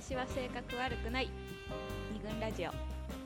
私は性格悪くない二軍ラジオ。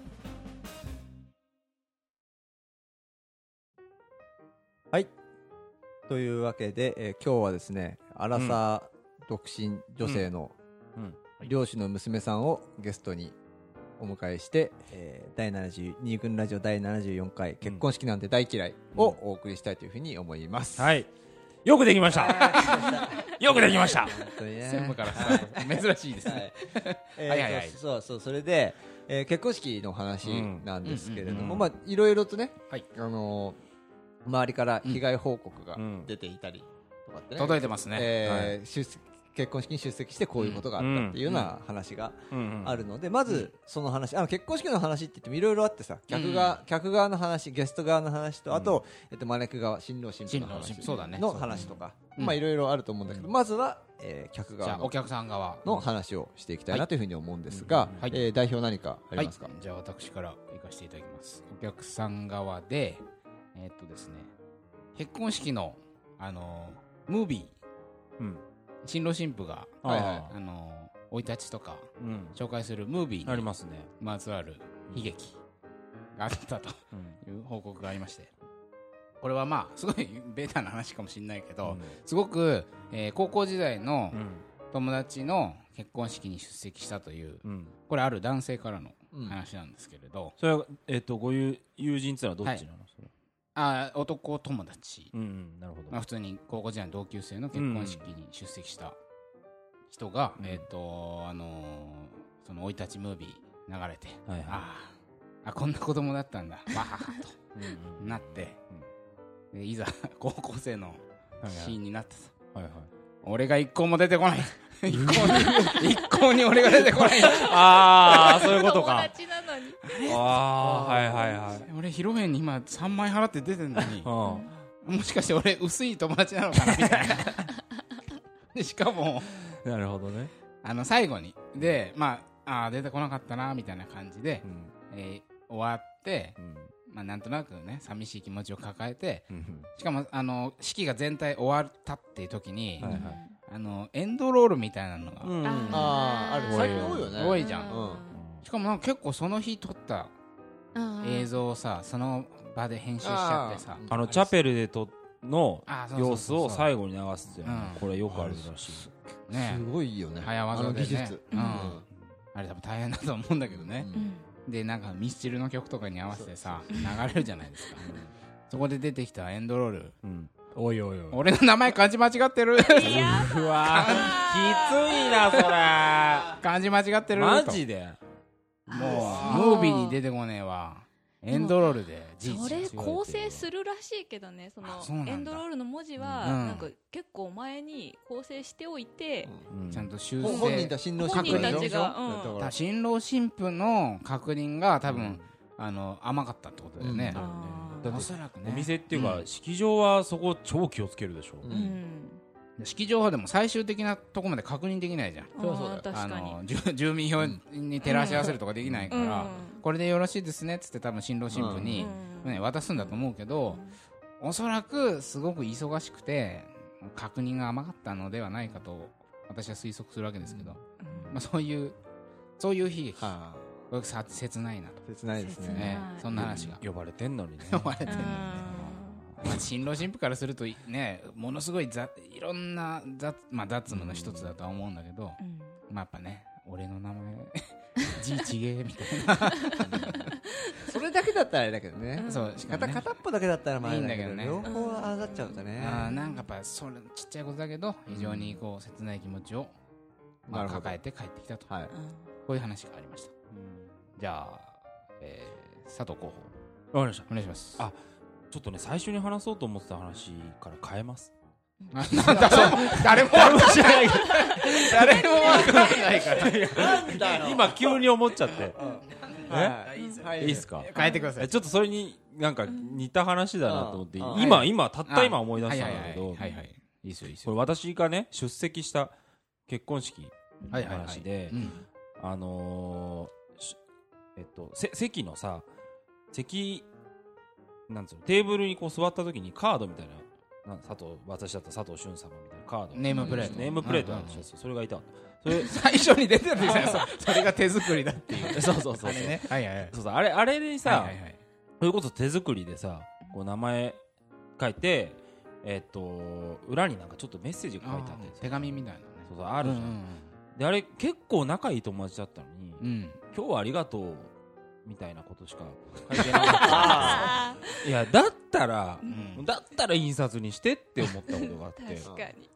はい、というわけで、今日はですね、アラサー独身女性の漁師の娘さんをゲストにお迎えして、第72軍ラジオ第74回結婚式なんて大嫌いをお送りしたいというふうに思います。 はい、よくできましたよくできました専務から珍しいですね。 それで、結婚式の話なんですけれども、いろいろとね、周りから被害報告が出ていたりとかってね、 届いてますね。 結婚式に出席してこういうことがあったっていうような話があるので、まずその話、結婚式の話って言ってもいろいろあってさ、客側の話、ゲスト側の話と、あと招く側、新郎新婦の話の話とか、いろいろあると思うんだけど、まずは客側のお客さん側の話をしていきたいなというふうに思うんですが、代表何かありますか？ じゃあ私から行かせていただきます。お客さん側でですね、結婚式のムービー、新郎新婦が生い立ちとか紹介するムービーにまつわる悲劇があったという報告がありまして、これはまあすごいベタな話かもしれないけど、すごく高校時代の友達の結婚式に出席したという、これある男性からの話なんですけれど、 それはご友人ってのはどっちなの？ 男友達、 なるほど。 普通に高校時代の同級生の結婚式に出席した人が、その生い立ちムービー流れて、こんな子供だったんだわははとなって、でいざ高校生のシーンになったと、俺が一向も出てこない一向に俺が出てこないそういうことか。 友達なのに。 俺披露宴に今3万円払って出てんのにもしかして俺薄い友達なのかなみたいなでしかもなるほどね、 最後にで出てこなかったなみたいな感じで、終わって、なんとなくね寂しい気持ちを抱えて、しかも式が全体終わったっていう時に、エンドロールみたいなのが、 ある最近多いよね。 多いじゃん、しかもなんか結構その日撮った映像をさ、その場で編集しちゃってさ、 チャペルでの様子を最後に流すっていうのはこれよくあるらしいね。 すごいよね、 早技でね、 技術、 あれ多分大変だと思うんだけどね、でなんかミスチルの曲とかに合わせてさ流れるじゃないですかそこで出てきたエンドロール、 おいおいおい、 俺の名前漢字間違ってるうわきついなそれ漢字間違ってるマジでもうムービーに出てこねえわ。エンドロールでそれ構成するらしいけどね、そのエンドロールの文字はなんか結構前に構成しておいて、 ちゃんと修正、 本人たちが新郎新婦の確認が多分甘かったってことだよね。おそらくね、 お店っていうか式場はそこ超気をつけるでしょ。 式場はでも最終的なとこまで確認できないじゃん。住民票に照らし合わせるとかできないから、これでよろしいですねっつって多分新郎新婦に渡すんだと思うけど、おそらくすごく忙しくて確認が甘かったのではないかと私は推測するわけですけど、そういう悲劇、切ないなと。 切ないですね。 そんな話が呼ばれてんのにね。 呼ばれてんのにね。新郎新婦からするとね、ものすごいいろんな雑務の一つだとは思うんだけど、やっぱね、俺の名前字ちげえみたいなそれだけだったらあれだけどね。 そう片っぽだけだったらまあいいんだけど、 ね、 両方あざっちゃうとね、 なんかやっぱそれちっちゃいことだけど非常にこう切ない気持ちを抱えて帰ってきたと、こういう話がありました。じゃあ佐藤候補、 わかりました。 お願いします。 ちょっとね、最初に話そうと思ってた話から変えます。 なんだ誰も知らない誰も分かんないから今急に思っちゃっていいっすか？ 変えてください。 ちょっとそれになんか似た話だなと思って、今たった今思い出したんだけど、 いいっすよいいっすよ。これ私がね出席した結婚式の話で、席のさ、なんつうの、テーブルにこう座った時にカードみたいな、私だったら佐藤俊様みたいなカード、 ネームプレートあるんですよ。それがいた。 最初に出てるじゃないそれが手作りだっていうそうあれねあれにさそういうこと手作りでさこう名前書いて裏になんかちょっとメッセージが書いてあって手紙みたいなねそうあるじゃんであれ結構仲いい友達だったのに今日はありがとうみたいなことしか書いてなかったいやだったら印刷にしてって思ったことがあって確かに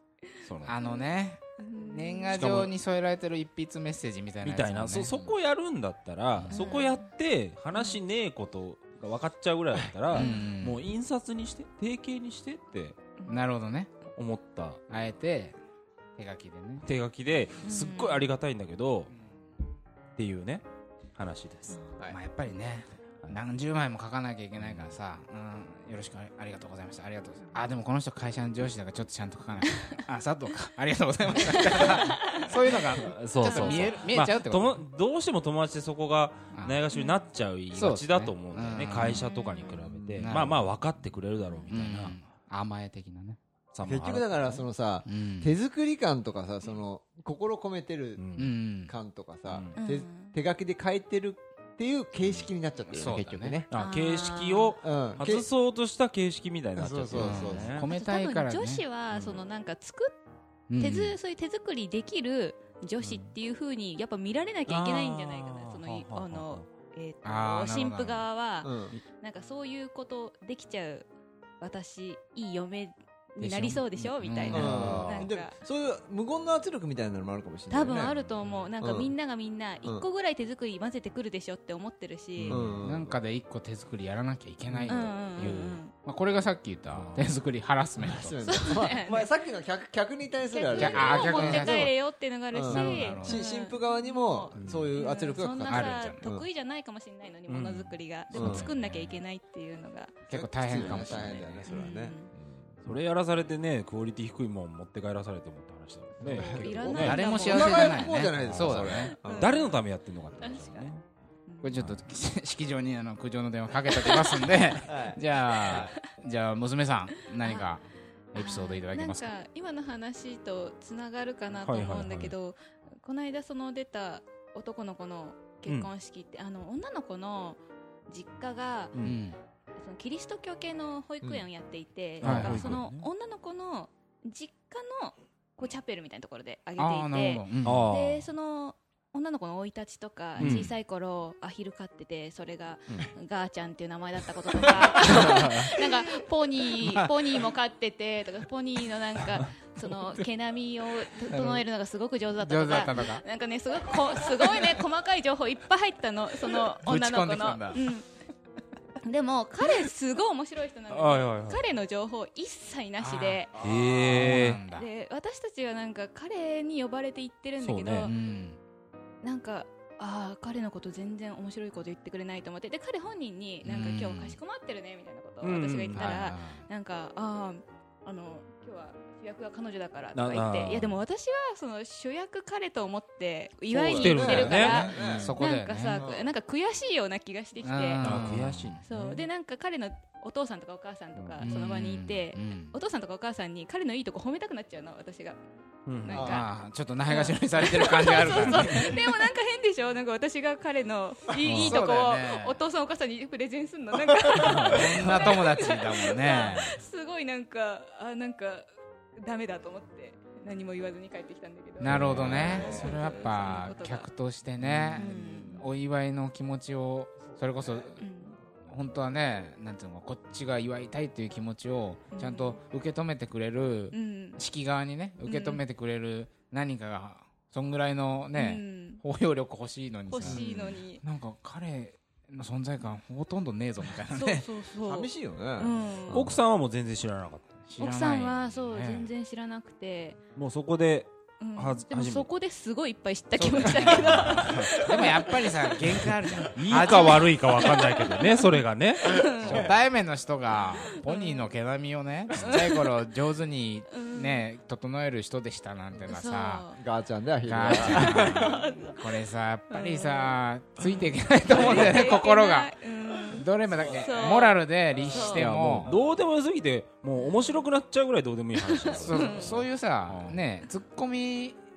年賀状に添えられてる一筆メッセージみたいなやつもねそこやるんだったらそこやって話ねえことが分かっちゃうぐらいだったらもう印刷にして定型にしてってなるほどね思ったあえて手書きでね手書きですっごいありがたいんだけどっていうね話ですまあやっぱりね何十枚も書かなきゃいけないからさよろしくありがとうございましたありがとうございますでもこの人会社の上司だからちょっとちゃんと書かない佐藤かありがとうございましたそういうのがちょっと見えちゃうってことどうしても友達でそこがないがしろになっちゃうがちだと思うんだよね会社とかに比べてまあ分かってくれるだろうみたいな甘え的なね結局だからそのさ手作り感とかさその心込めてる感とかさ手書きで書いてるっていう形式になっちゃってる結局ね形式を外そうとした形式みたいになっちゃってる込めたいからね女子はそのなんかそういう手作りできる女子っていう風にやっぱ見られなきゃいけないんじゃないかなその新婦側はなんかそういうことできちゃう私いい嫁になりそうでしょみたいななんかそういう無言の圧力みたいなのもあるかもしれない多分あると思うなんかみんながみんな1個ぐらい手作り混ぜてくるでしょって思ってるしなんかで1個手作りやらなきゃいけないというこれがさっき言った手作りハラスメントさっきの客に対する客に持って帰れよっていうのがあるし新婦側にもそういう圧力がかかる得意じゃないかもしれないのにものづくりがでも作んなきゃいけないっていうのが結構大変かもしれないそれやらされてねクオリティ低いもん持って帰らされてもって話だもんね誰も幸せじゃないねそうだね誰のためやってんのかって話だねこれちょっと式場に苦情の電話かけておきますんでじゃあ娘さん何かエピソードいただけますかなんか今の話とつながるかなと思うんだけどこの間その出た男の子の結婚式って女の子の実家がそのキリスト教系の保育園をやっていて、なんかその女の子の実家のこうチャペルみたいなところであげていて、でその女の子の生い立ちとか、小さい頃アヒル飼っててそれが、ガーちゃんっていう名前だったこととかなんかポニーも飼っててとかポニーのなんかその毛並みを整えるのがすごく上手だったとかなんかねすごいね細かい情報いっぱい入ったのその女の子の。でも彼すごい面白い人なんで彼の情報一切なしでで私たちはなんか彼に呼ばれて行ってるんだけど、なんか彼のこと全然面白いこと言ってくれないと思ってで彼本人になんか今日かしこまってるねみたいなことを私が言ったらなんか今日は主役は彼女だからとか言っていやでも私はその主役彼と思って祝いに行ってるからなんかさなんか悔しいような気がしてきて悔しいそうでなんか彼のお父さんとかお母さんとかその場にいてお父さんとかお母さんに彼のいいとこ褒めたくなっちゃうの私がなんかちょっとないがしろにされてる感じがあるからでもなんか変でしょなんか私が彼のいいとこをお父さんお母さんにプレゼンするのなんか女友達だもんねすごいなんかダメだと思って何も言わずに帰ってきたんだけどなるほどねそれはやっぱ客としてねお祝いの気持ちをそれこそ本当はねなんていうのこっちが祝いたいという気持ちをちゃんと受け止めてくれる式側にね受け止めてくれる何かがそんぐらいのね包容力欲しいのにさなんか彼の存在感ほとんどねえぞみたいなね寂しいよね奥さんはもう全然知らなかった奥さんはそう全然知らなくてもうそこででもそこですごいいっぱい知った気持ちだけどでもやっぱりさ限界あるじゃんいいか悪いか分かんないけどねそれがね初対面の人がポニーの毛並みをねちっちゃい頃上手にね整える人でしたなんてのはさガーちゃんだよガーちゃんこれさやっぱりさついていけないと思うんだよね心がどれもだけモラルで律してもどうでもよすぎてもう面白くなっちゃうぐらいどうでもいい話そういうさねツッコミ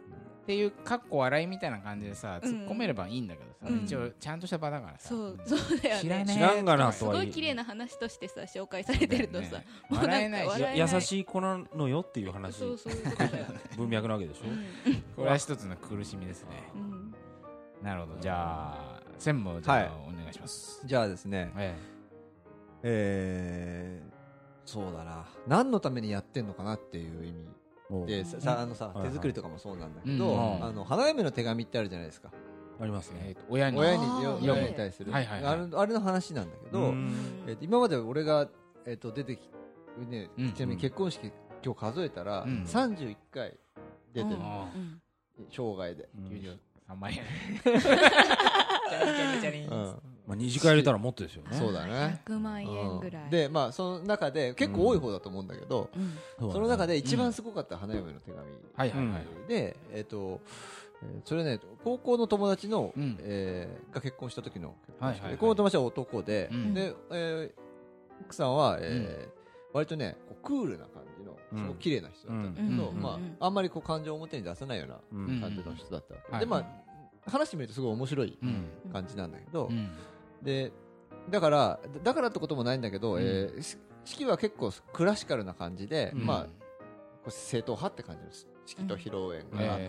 っていうかっこ笑いみたいな感じでさ突っ込めればいいんだけどさ、一応ちゃんとした場だからさ、 そうだよね。 知らんがなすとはごい綺麗な話としてさ紹介されてるとさ、もう笑えないし、 優しい子なのよっていう話、 そういうことだよね。 文脈なわけでしょ。 これは一つの苦しみですね。なるほど。じゃあ専務、じゃあお願いします。 じゃあですね、そうだな、何のためにやってんのかなっていう意味で手作りとかもそうなんだけど、花嫁の手紙ってあるじゃないですか。 ありますね。 親に読むに対するあれの話なんだけど、今まで俺が出てきて、ちなみに結婚式今日数えたら31回出てる、生涯で 93万円。 まあ2次会入れたらもっとですよね。 そうだね。 100万円ぐらい。 で、まあその中で結構多い方だと思うんだけど、その中で一番すごかった花嫁の手紙で、それね、高校の友達のが結婚した時の結婚式で、この友達は男で、奥さんは割とねクールな感じのすごく綺麗な人だったんだけど、まああんまり感情を表に出さないような感じの人だったわけで、まあ話してみるとすごい面白い感じなんだけど、でだからってこともないんだけど、式は結構クラシカルな感じで、まあ正統派って感じの式と披露宴があって、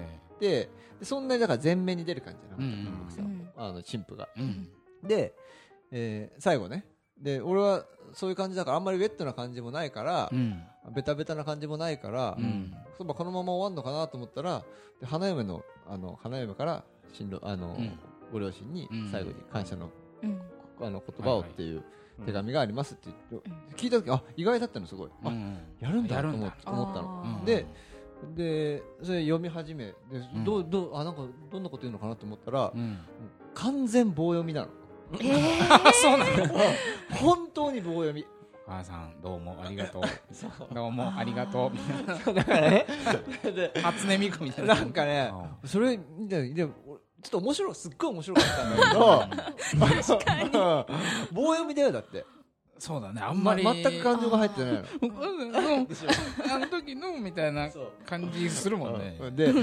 そんなにだから前面に出る感じじゃなかった、新婦が。で、最後ね、で俺はそういう感じだからあんまりウェットな感じもないから、ベタベタな感じもないから、このまま終わるのかなと思ったら、花嫁からご両親に最後に感謝の言葉をっていう手紙がありますって聞いた時、意外だったの、すごい、やるんだと思ったので、それ読み始めで、なんかどんなこと言うのかなと思ったら、完全棒読みなの。 そうなの。 本当に棒読み。 お母さんどうもありがとう。どうもありがとう。 だからね、 初音ミクみたいな。 なんかね、それでちょっとすっごい面白かったんだけど、 確かに棒読みだよ。だってそうだね、あんまり全く感情が入ってないの。 あの時のみたいな感じするもんね。 で、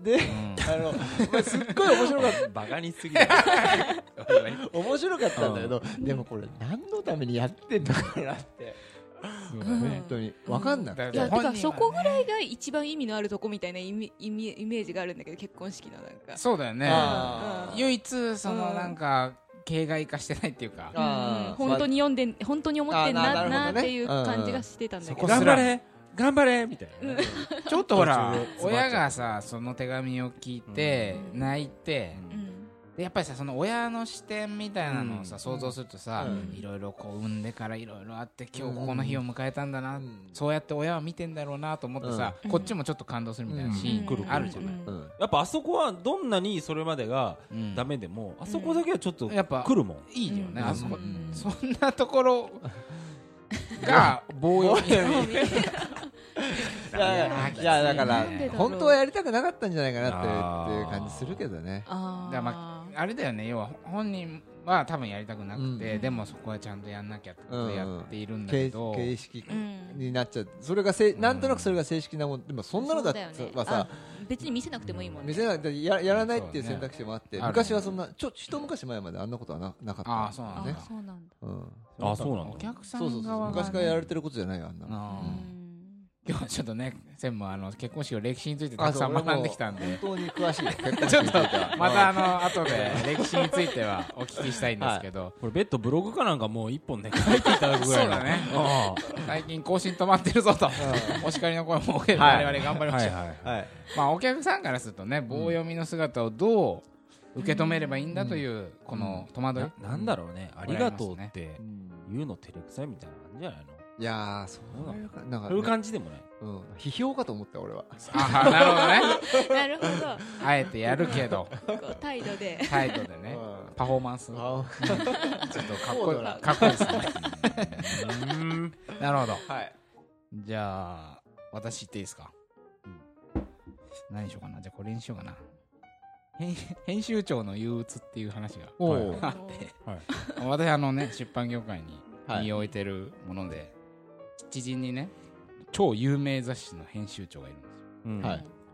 すっごい面白かった。 バカにすぎる。 面白かったんだけど、でもこれ何のためにやってんのかなって。本当に分かんなくて、 だからそこぐらいが一番意味のあるとこみたいなイメージがあるんだけど、結婚式のなんか。 そうだよね。唯一そのなんか形骸化してないっていうか、 本当に読んで本当に思ってんなっていう感じがしてたんだけど、 頑張れみたいな。 ちょっとほら親がさその手紙を聞いて泣いて、でやっぱりさその親の視点みたいなのをさ想像するとさ、いろいろこう産んでからいろいろあって今日ここの日を迎えたんだな、そうやって親は見てんだろうなと思ってさ、こっちもちょっと感動するみたいなシーンあるじゃない。 やっぱあそこはどんなにそれまでがダメでも、あそこだけはちょっと来るもん。 いいよね、あそこ。そんなところが棒読み。 いやだから本当はやりたくなかったんじゃないかなっていう感じするけどね。 あれだよね、要は本人は多分やりたくなくて、でもそこはちゃんとやんなきゃってことでやっているんだけど、 形式になっちゃう。それがなんとなくそれが正式なもんでも、そんなのだはさ別に見せなくてもいいもんね。 見せないやらないっていう選択肢もあって、昔はそんな一昔前まであんなことはなかった。 ああそうなんだ。 そうなんだ。 そうなんだ。 お客さん側が昔からやられてることじゃないよ、あんな。 今日はちょっとね、専務結婚式の歴史についてたくさん学んできたんで、 本当に詳しいよ。 ちょっとまた後で歴史についてはお聞きしたいんですけど、 これ別途ブログかなんかもう一本ね書いていただくぐらい。 そうだね。最近更新止まってるぞとお叱りの声も受けて我々頑張りましょう。まあお客さんからするとね、棒読みの姿をどう受け止めればいいんだというこの戸惑い。 なんだろうね、ありがとうって言うの照れくさいみたいな感じじゃないの。 いやー、そういう感じでもない。 批評かと思った俺は。 なるほどね。 なるほど。 あえてやるけど態度でね、パフォーマンスちょっとかっこいいですね。なるほど。じゃあ私言っていいですか。何にしようかな。じゃあこれにしようかな。編集長の憂鬱っていう話があって、私出版業界に身を置いてるもので、知人にね超有名雑誌の編集長がいるんですよ。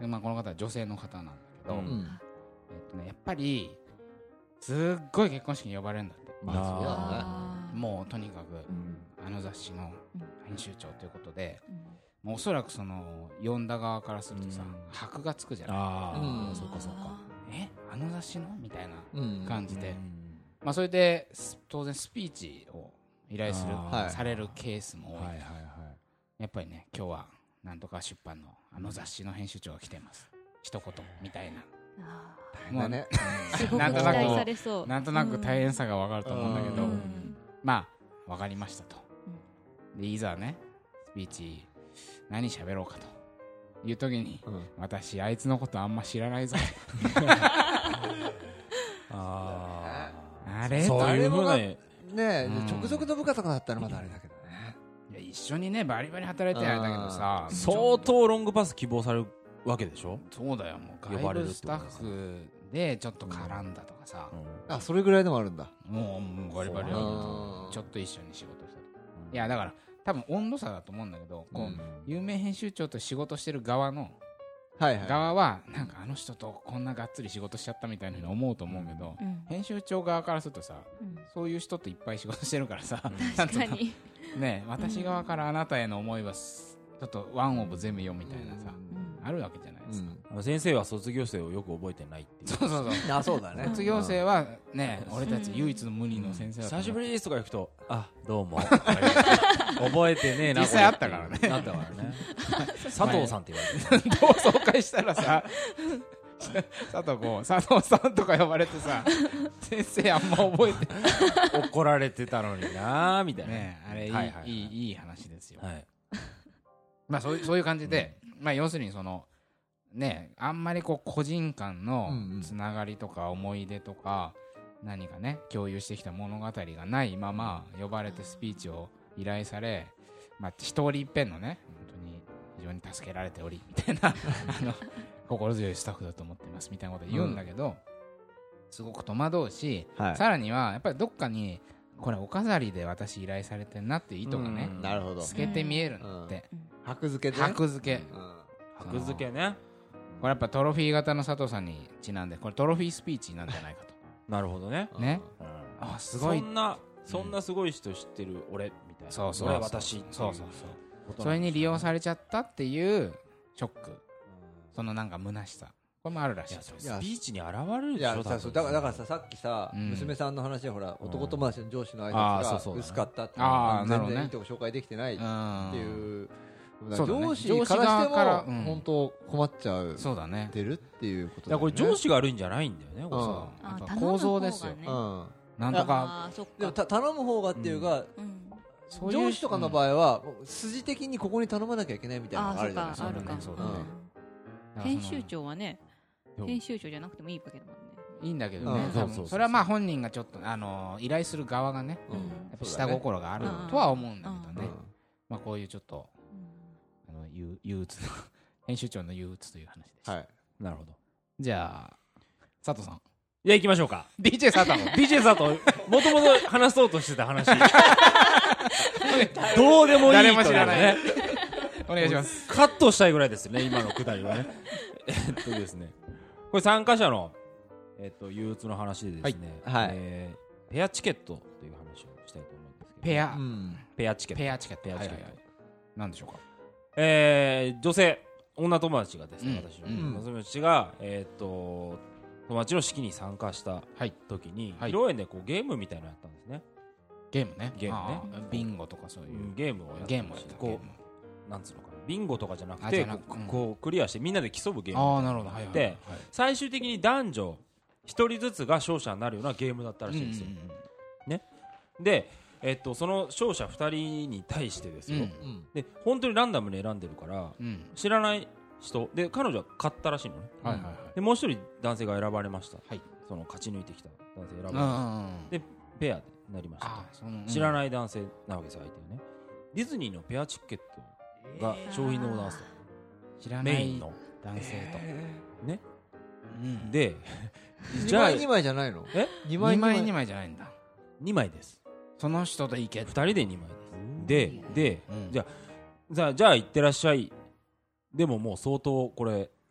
まあ、この方は女性の方なんだけど、やっぱりすっごい結婚式に呼ばれるんだって。もうとにかく、あの雑誌の編集長ということで、もうおそらくその呼んだ側からするとさ、箔がつくじゃない。そうかそうか。あの雑誌のみたいな感じで、まあそれで当然スピーチを依頼されるケースも多い。やっぱりね、今日はなんとか出版のあの雑誌の編集長が来てます一言みたいな。 もうね、 すごく期待されそう。 なんとなく大変さが分かると思うんだけど、まあ分かりましたと。でいざね、スピーチ何喋ろうかという時に、私あいつのことあんま知らないぞあれそういうふうなね、直属の部下とかだったらまだあれだけどね。 いや一緒にねバリバリ働いてあれだけどさ、 相当ロングパス希望されるわけでしょ。 そうだよ、もう外部スタッフでちょっと絡んだとかさ、 あ、それぐらいでもあるんだ。 もうバリバリちょっと一緒に仕事したと。いやだから多分温度差だと思うんだけど、こう有名編集長と仕事してる側の側はなんかあの人とこんながっつり仕事しちゃったみたいなふうに思うと思うけど、編集長側からするとさ、そういう人といっぱい仕事してるからさ、 確かにね、私側からあなたへの思いはちょっとワンオブゼムよみたいなさ、あるわけじゃないですか。 先生は卒業生をよく覚えてないっていう。 そうだね。 卒業生はね、俺たち唯一の無二の先生だと。 久しぶりですとか行くと、あ、どうも覚えてねえな。 実際あったからね。 なったからね。佐藤さんって言われて、 どう紹介したらさ、佐藤さんとか呼ばれてさ、先生あんま覚えて怒られてたのになみたいなね。あれいい話ですよ。まあそういう感じで、まあ要するにそのね、あんまりこう個人間のつながりとか思い出とか何かね共有してきた物語がないまま呼ばれてスピーチを依頼され、まあ一人一遍のね、本当に非常に助けられておりみたいな心強いスタッフだと思ってますみたいなこと言うんだけど、すごく戸惑うし、さらにはやっぱりどっかにこれお飾りで私依頼されてんなっていう意図がね、透けて見えるんだって。箔付け箔付けね。 これやっぱトロフィー型の佐藤さんにちなんで、これトロフィースピーチなんじゃないかと。 なるほどね。 あ、すごい。 そんなすごい人知ってる俺みたいな。 そうそう。 私。 それに利用されちゃったっていうショック。そのなんか虚しさ。これもあるらしい。 スピーチに現れるでしょ。 だからさっきさ、娘さんの話でほら、男友達の上司の挨拶が薄かったっていう、全然いいとこ紹介できてないっていう。上司からしても本当困っちゃうてるっていうことだよね。 これ上司が悪いんじゃないんだよね。 構造ですよ。なんとか頼む方がっていうか、上司とかの場合は筋的にここに頼まなきゃいけないみたいなのがあるじゃないですか。 編集長はね、編集長じゃなくてもいいわけだもんね。 いいんだけどね。それはまあ本人がちょっと依頼する側がね、やっぱ下心があるとは思うんだけどね。まあこういうちょっと憂鬱の編集長の憂鬱という話でした。 なるほど。 じゃあ佐藤さん、 じゃあ行きましょうか。 DJ 佐藤もともと話そうとしてた話どうでもいい、 誰も知らないね。お願いします。 カットしたいぐらいですね、今のくだりはね。ですね、これ参加者の憂鬱の話でですね、ペアチケットという話をしたいと思うんですけど、ペアチケットなんでしょうか。 女性女友達がですね、私の娘たちが友達の式に参加した時に、披露宴でこうゲームみたいなのやったんですね。 ゲームね。ビンゴとかそういうゲームをやってました。こうなんつうのかな、ビンゴとかじゃなくてこうクリアしてみんなで競うゲームがあって、最終的に男女一人ずつが勝者になるようなゲームだったらしいんですよ。ね。でその勝者2人に対してですよ、で本当にランダムに選んでるから、知らない人で彼女は勝ったらしいのね。でもう一人男性が選ばれました。その勝ち抜いてきた男性選ばれました。でペアになりました。知らない男性なわけです、相手はね。ディズニーのペアチケットが商品のオーダース知らない男性とね。 で 2枚2枚じゃないの？2枚 2枚じゃないんだ。 2枚です。 その人と行け。 2人で2枚です。で、じゃあ行ってらっしゃい。でももう相当これ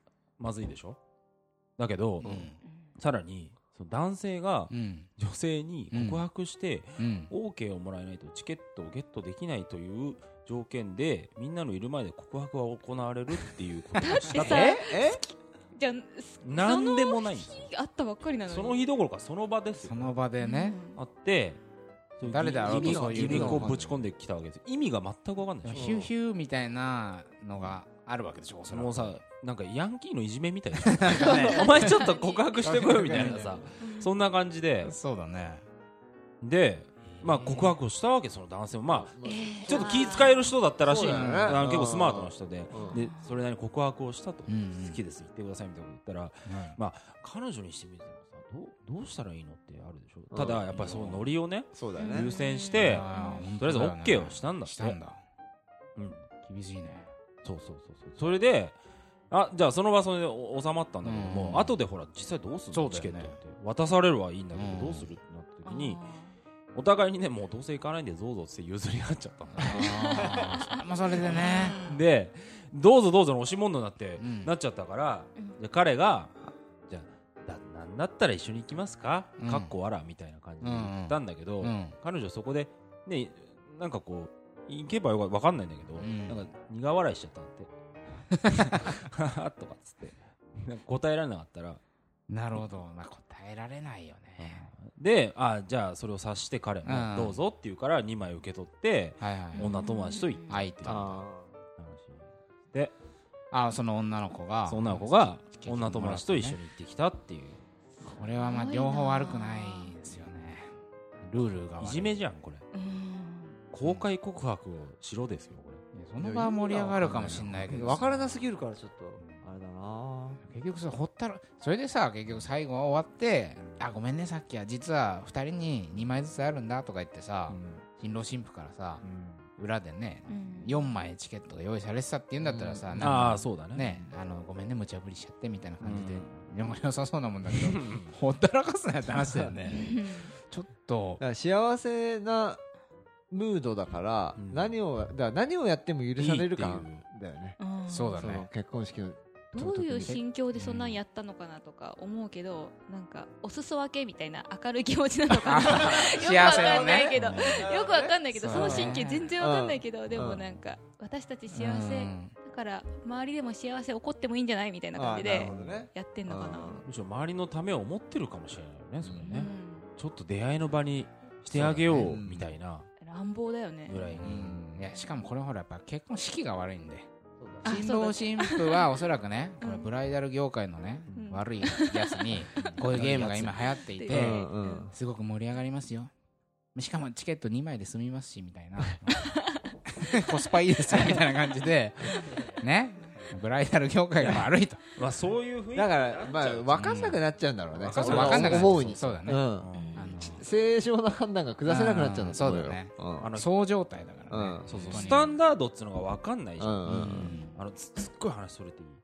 まずいでしょ。だけど、さらにその男性が女性に告白して OK をもらえないとチケットをゲットできないという条件でみんなのいる前で告白が行われるっていうことをしたと。 じゃあなんでもないんですよ。 あったばっかりなのに。 その日どころかその場ですよ。 その場でね、 あって誰だろうとそういうギミックをぶち込んできたわけです。意味が全く分かんないでしょ。 ヒューヒューみたいなのがあるわけでしょ。 もうさ、なんかヤンキーのいじめみたいなお前ちょっと告白してこよみたいなさそんな感じで。 そうだね。 でまあ告白をしたわけ。その男性もまあちょっと気使える人だったらしい。結構スマートな人でそれなりに告白をしたと。好きです言ってくださいみたいなこと言ったら、まあ彼女にしてみてもさどうしたらいいのってあるでしょ。ただやっぱりそのノリをね優先してとりあえず OK をしたんだって。 厳しいね。 そうそれでじゃあその場それで収まったんだけども、後でほら実際どうするのチケットって渡されるはいいんだけどどうするってなった時にお互いにねもうどうせ行かないんでどうぞって譲り合っちゃったんだ。 まあそれでね。 でどうぞの押し問答になっちゃったから、で彼がじゃあなんだったら一緒に行きますかかっこわらみたいな感じで言ったんだけど、彼女そこでねなんかこう行けばよかったわかんないんだけど、なんか苦笑いしちゃったんだってとかっつって答えられなかったら。 なるほど、まあ、答えられないよね。 でじゃあそれを察して彼もどうぞって言うから2枚受け取って女友達と行って相手でその女の子が女友達と一緒に行ってきたっていう。 これはまあ両方悪くないですよね。ルールがいじめじゃんこれ。公開告白をしろですよこれ。 その場は盛り上がるかもしれないけど分からなすぎるからちょっとあれだな。 結局ほったらそれでさ結局最後は終わってごめんねさっきは実は2人に2枚ずつあるんだとか言ってさ、新郎新婦からさ、裏でね、4枚チケットが用意されてたって言うんだったらさ、 そうだねごめんね無茶ぶりしちゃってみたいな感じで良さそうなもんだけどほったらかすなって話だよね。ちょっと幸せなムードだから何をやっても許される感だよね。 そうだね。 結婚式のどういう心境でそんなんやったのかなとか思うけど、なんかお裾分けみたいな明るい気持ちなのかなよくわかんないけど、よくわかんないけどその神経全然わかんないけど、でもなんか私たち幸せだから周りでも幸せ起こってもいいんじゃないみたいな感じでやってんのかな。 むしろ周りのためを思ってるかもしれないよねそれね。ちょっと出会いの場にしてあげようみたいな乱暴だよねぐらいに。 いやしかもこれほらやっぱ結婚式が悪いんで、新郎新婦はおそらくねこれブライダル業界のね悪いやつにこういうゲームが今流行っていてすごく盛り上がりますよ、しかもチケット2枚で済みますしみたいなコスパいいですよみたいな感じでねブライダル業界が悪いとそういう雰囲気だから分かんなくなっちゃうんだろうね。 分かんなくなっちゃう。 思うにそうだね。 正常な判断が下せなくなっちゃうんだ。 そうだね。そう状態だからね。 スタンダードっつうのが分かんないじゃん。すっごい話それていい。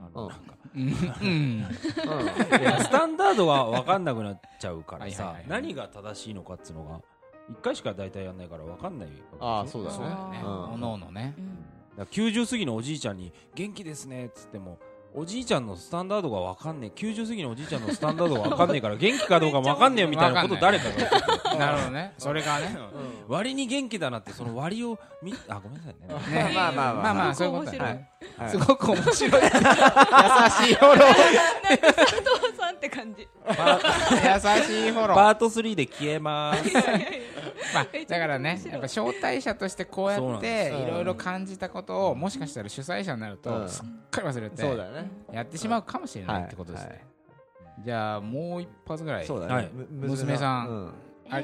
スタンダードが分かんなくなっちゃうからさ、何が正しいのかっつうのが1回しか大体やんないから分かんない。 そうだね。 おのおのね。 90過ぎのおじいちゃんに元気ですねっつってもおじいちゃんのスタンダードが分かんねえ。90過ぎのおじいちゃんのスタンダードが分かんねえから元気かどうか分かんねえよみたいなこと誰かが言っててなるほどね。それがね割に元気だなってその割をごめんなさいね。 まあそういうことだね。 すごく面白い優しいフォロー佐藤さんって感じ。 優しいフォローパート3で消えますだからねやっぱ招待者としてこうやっていろいろ感じたことをもしかしたら主催者になるとすっかり忘れてやってしまうかもしれないってことですね。じゃあもう一発ぐらい娘さんカ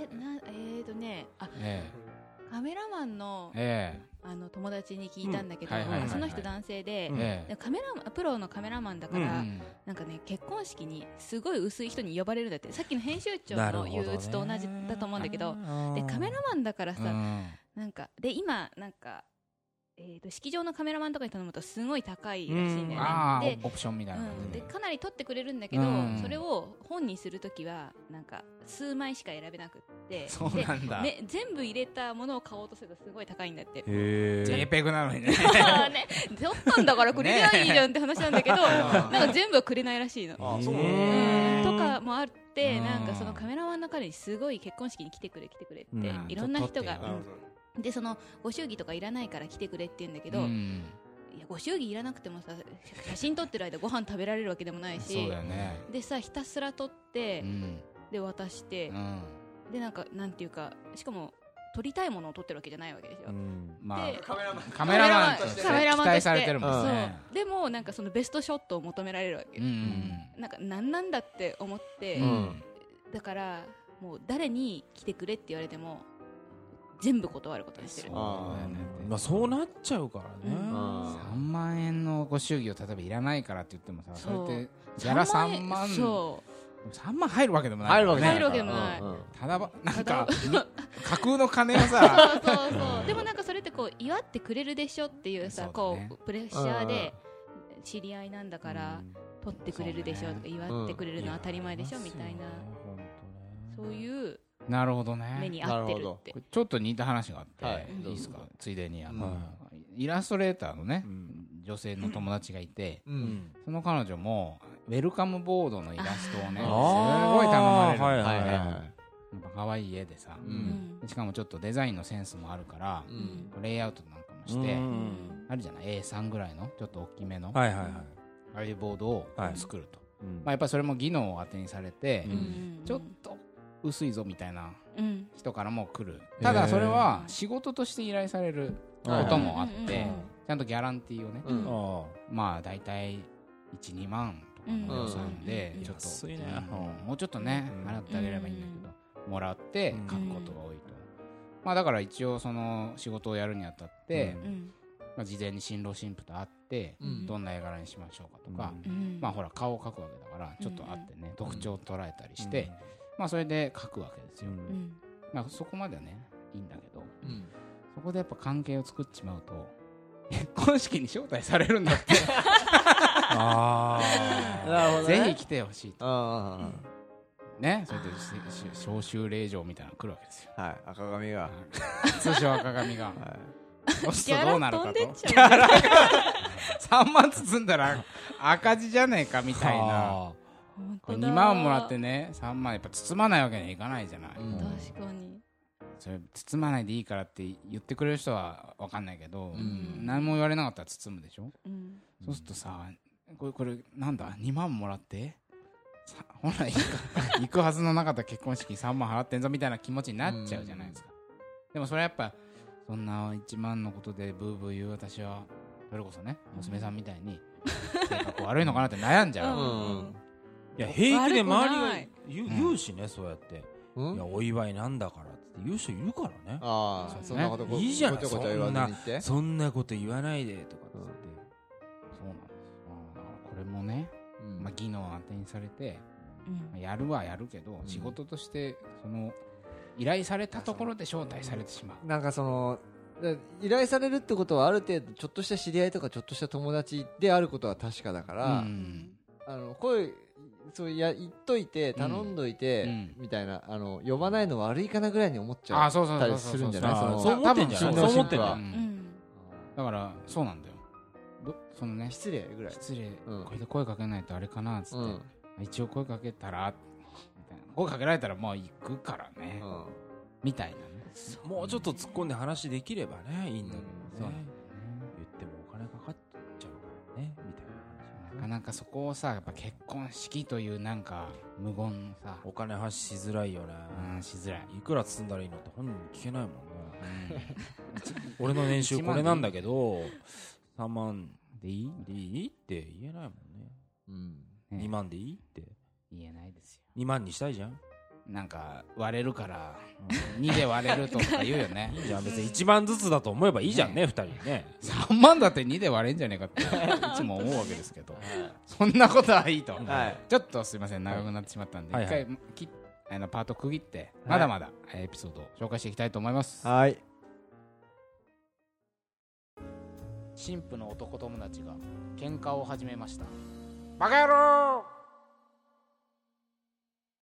メラマンの友達に聞いたんだけど、その人男性でプロのカメラマンだからなんかね結婚式にすごい薄い人に呼ばれるんだって。さっきの編集長の憂鬱と同じだと思うんだけど、でカメラマンだからさなんかで今なんか式場のカメラマンとかに頼むとすごい高いらしいんだよね。 オプションみたいな感じでかなり撮ってくれるんだけど、それを本にするときはなんか数枚しか選べなくって、 そうなんだ、 ね、全部入れたものを買おうとするとすごい高いんだって。 JPEG なのにねね、撮ったんだからくれりゃいいじゃんって話なんだけど、なんか全部はくれないらしいの。とかもあって、なんかそのカメラマンの彼にすごい結婚式に来てくれって、いろんな人が。でそのご祝儀とかいらないから来てくれって言うんだけど、いやご祝儀いらなくてもさ、写真撮ってる間ご飯食べられるわけでもないし、 そうだよね、 でさひたすら撮って、で渡して、でなんていうか、しかも撮りたいものを撮ってるわけじゃないわけでしょ、 まあ、 でカメラマンとして期待されてるもんね。 でもなんかそのベストショットを求められるわけ、なんか何なんだって思って、だからもう誰に来てくれって言われても全部断ることにしてる。 まあそうなっちゃうからね。 3万円のご祝儀を例えばいらないからって言ってもさ、それってギャラ3万、3万入るわけでもない、 入るわけでもない、 ただなんか架空の金をさそうでもなんかそれってこう祝ってくれるでしょっていうさ、こうプレッシャーで知り合いなんだから取ってくれるでしょとか祝ってくれるの当たり前でしょみたいな、そういうなるほどね、 目に合ってるって。 ちょっと似た話があって、いいですか、ついでにイラストレーターのね、女性の友達がいて、その彼女もウェルカムボードのイラストをねすごい頼まれるんですよ。可愛い絵でさ、しかもちょっとデザインのセンスもあるから、レイアウトなんかもして、あるじゃない、 A3 ぐらいのちょっと大きめのああいうボードを作ると、やっぱりそれも技能を当てにされて、ちょっと薄いぞみたいな人からも来る。ただそれは仕事として依頼されることもあって、ちゃんとギャランティーをね、まあだいたい 1,2 万とかの予算で、ちょっともうちょっとね払ってあげればいいんだけど、もらって書くことが多いと。まあだから一応その仕事をやるにあたって、事前に新郎新婦と会って、どんな絵柄にしましょうかとか、まあほら顔を描くわけだからちょっと会ってね、特徴を捉えたりして、まあそれで書くわけですよ。まあそこまではねいいんだけど、そこでやっぱ関係を作っちまうと結婚式に招待されるんだってぜひ来てほしいとね。それで招集令状みたいなの来るわけですよ。 赤髪が通称赤髪がそうするとどうなるかと、3万包んだら赤字じゃねえかみたいな。2万もらってね3万やっぱ包まないわけにはいかないじゃない。 確かにそれ包まないでいいからって言ってくれる人は分かんないけど、何も言われなかったら包むでしょ、そうするとさ、これなんだ2万もらって本来行くはずのなかった結婚式3万払ってんぞみたいな気持ちになっちゃうじゃないですか。でもそれはやっぱそんな1万のことでブーブー言う私はそれこそね娘さんみたいに性格悪いのかなって悩んじゃう。 いや平気で周りが言うしね、そうやっていやお祝いなんだからって言う人いるからね。 そんなこといいじゃん、そんなこと言わないでとかって。 そうなんです。これもね、技能を当てにされてやるはやるけど、仕事としてその依頼されたところで招待されてしまう。 なんかその依頼されるってことはある程度ちょっとした知り合いとかちょっとした友達であることは確かだから、そう言っといて頼んどいてみたいな、呼ばないの悪いかなぐらいに思っちゃったりするんじゃない。 そう思ってんじゃない。そう思ってんだ。 だからそうなんだよ。そのね、 失礼ぐらい、 これで声かけないとあれかなっつって、一応声かけたらみたいな、声かけられたらもう行くからねみたいなね。 もうちょっと突っ込んで話できればねいいんだけどね、言ってもお金かかっちゃうからねみたいな。 なかなかそこをさ、やっぱ結婚式というなんか無言のさ、 お金発しづらいよね。 しづらい。 いくら包んだらいいのって本人に聞けないもんね。俺の年収これなんだけど3万でいいって言えないもんね。2万でいいって言えないですよ。 2万にしたいじゃん。 なんか割れるから2で割れるとか言うよね。 いいじゃん、別に1万ずつだと思えばいいじゃんね、2人ね。 3万だって2で割れんじゃねえかっていつも思うわけですけど、そんなことはいいと。ちょっとすいません、長くなってしまったんで一回パート区切ってまだまだエピソードを紹介していきたいと思います。 新婦の男友達が喧嘩を始めました。バカ野郎